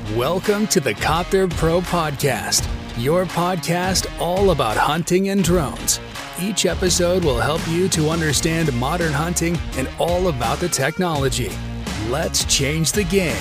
Welcome to the Copter Pro Podcast, your podcast all about hunting and drones. Each episode will help you to understand modern hunting and all about the technology. Let's change the game.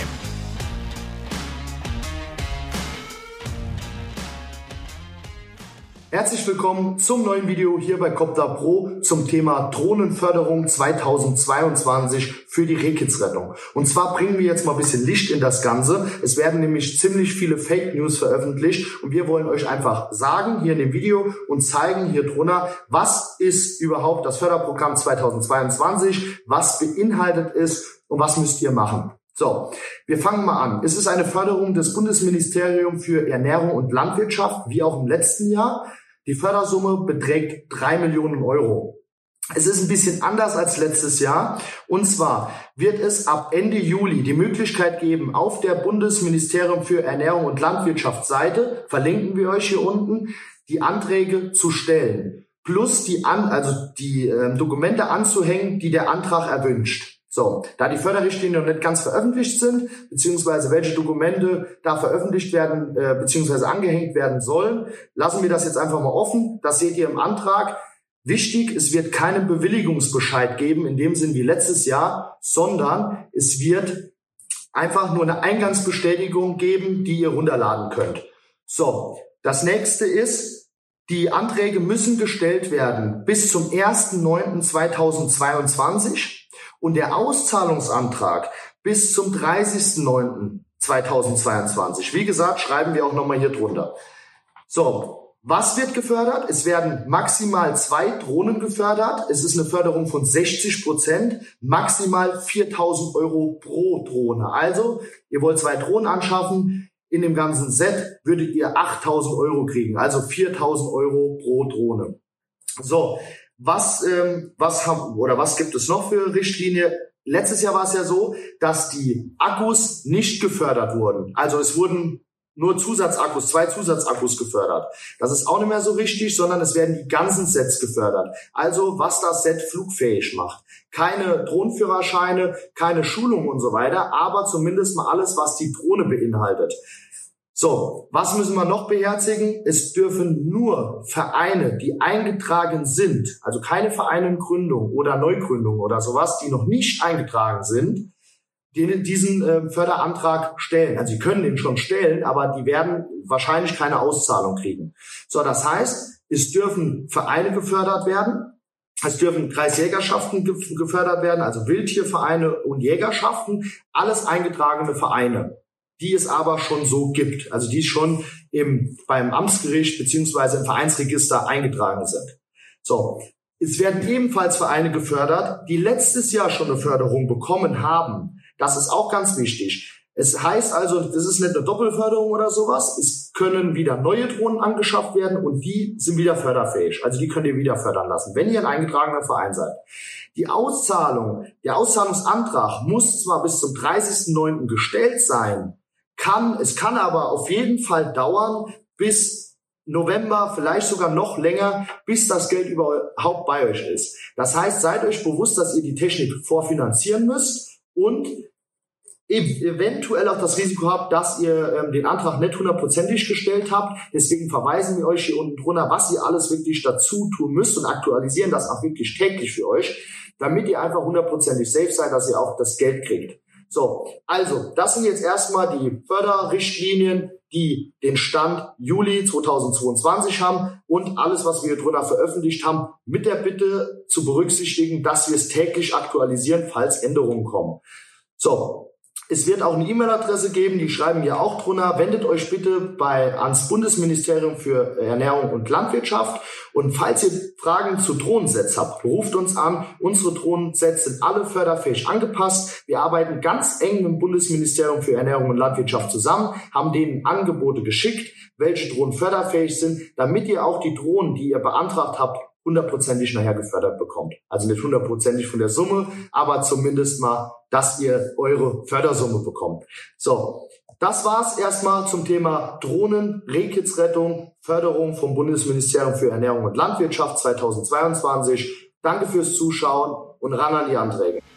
Herzlich willkommen zum neuen Video hier bei Copter Pro zum Thema Drohnenförderung 2022 für die Rehkitzrettung. Und zwar bringen wir jetzt mal ein bisschen Licht in das Ganze. Es werden nämlich ziemlich viele Fake News veröffentlicht und wir wollen euch einfach sagen hier in dem Video und zeigen hier drunter, was ist überhaupt das Förderprogramm 2022, was beinhaltet ist und was müsst ihr machen. So, wir fangen mal an. Es ist eine Förderung des Bundesministeriums für Ernährung und Landwirtschaft, wie auch im letzten Jahr. Die Fördersumme beträgt 3 Millionen Euro. Es ist ein bisschen anders als letztes Jahr. Und zwar wird es ab Ende Juli die Möglichkeit geben, auf der Bundesministerium für Ernährung und Landwirtschaft Seite, verlinken wir euch hier unten, die Anträge zu stellen. Plus die Dokumente anzuhängen, die der Antrag erwünscht. So, da die Förderrichtlinien noch nicht ganz veröffentlicht sind, beziehungsweise welche Dokumente da veröffentlicht werden, beziehungsweise angehängt werden sollen, lassen wir das jetzt einfach mal offen. Das seht ihr im Antrag. Wichtig, es wird keinen Bewilligungsbescheid geben, in dem Sinn wie letztes Jahr, sondern es wird einfach nur eine Eingangsbestätigung geben, die ihr runterladen könnt. So, das nächste ist, die Anträge müssen gestellt werden bis zum 1.9.2022. Und der Auszahlungsantrag bis zum 30.09.2022. Wie gesagt, schreiben wir auch nochmal hier drunter. So, was wird gefördert? Es werden maximal 2 Drohnen gefördert. Es ist eine Förderung von 60%, maximal 4.000 Euro pro Drohne. Also, ihr wollt 2 Drohnen anschaffen. In dem ganzen Set würdet ihr 8.000 Euro kriegen. Also 4.000 Euro pro Drohne. So. Was gibt es noch für Richtlinie? Letztes Jahr war es ja so, dass die Akkus nicht gefördert wurden. Also es wurden nur 2 Zusatzakkus gefördert. Das ist auch nicht mehr so richtig, sondern es werden die ganzen Sets gefördert. Also was das Set flugfähig macht. Keine Drohnenführerscheine, keine Schulung und so weiter, aber zumindest mal alles, was die Drohne beinhaltet. So, was müssen wir noch beherzigen? Es dürfen nur Vereine, die eingetragen sind, also keine Vereinengründung oder Neugründung oder sowas, die noch nicht eingetragen sind, diesen Förderantrag stellen. Also sie können den schon stellen, aber die werden wahrscheinlich keine Auszahlung kriegen. So, das heißt, es dürfen Vereine gefördert werden. Es dürfen Kreisjägerschaften gefördert werden, also Wildtiervereine und Jägerschaften, alles eingetragene Vereine, die es aber schon so gibt, also die schon beim Amtsgericht beziehungsweise im Vereinsregister eingetragen sind. So, es werden ebenfalls Vereine gefördert, die letztes Jahr schon eine Förderung bekommen haben. Das ist auch ganz wichtig. Es heißt also, das ist nicht eine Doppelförderung oder sowas. Es können wieder neue Drohnen angeschafft werden und die sind wieder förderfähig. Also die könnt ihr wieder fördern lassen, wenn ihr ein eingetragener Verein seid. Der Auszahlungsantrag muss zwar bis zum 30.09. gestellt sein, es kann aber auf jeden Fall dauern bis November, vielleicht sogar noch länger, bis das Geld überhaupt bei euch ist. Das heißt, seid euch bewusst, dass ihr die Technik vorfinanzieren müsst und eventuell auch das Risiko habt, dass ihr den Antrag nicht 100%ig gestellt habt. Deswegen verweisen wir euch hier unten drunter, was ihr alles wirklich dazu tun müsst und aktualisieren das auch wirklich täglich für euch, damit ihr einfach 100%ig safe seid, dass ihr auch das Geld kriegt. So, also das sind jetzt erstmal die Förderrichtlinien, die den Stand Juli 2022 haben und alles, was wir hier drunter veröffentlicht haben, mit der Bitte zu berücksichtigen, dass wir es täglich aktualisieren, falls Änderungen kommen. So, es wird auch eine E-Mail-Adresse geben, die schreiben wir auch drunter. Wendet euch bitte ans Bundesministerium für Ernährung und Landwirtschaft. Und falls ihr Fragen zu Drohnensets habt, ruft uns an. Unsere Drohnensets sind alle förderfähig angepasst. Wir arbeiten ganz eng mit dem Bundesministerium für Ernährung und Landwirtschaft zusammen, haben denen Angebote geschickt, welche Drohnen förderfähig sind, damit ihr auch die Drohnen, die ihr beantragt habt, 100%ig nachher gefördert bekommt. Also nicht 100%ig von der Summe, aber zumindest mal, dass ihr eure Fördersumme bekommt. So, das war's erstmal zum Thema Drohnen, Rehkitzrettung, Förderung vom Bundesministerium für Ernährung und Landwirtschaft 2022. Danke fürs Zuschauen und ran an die Anträge.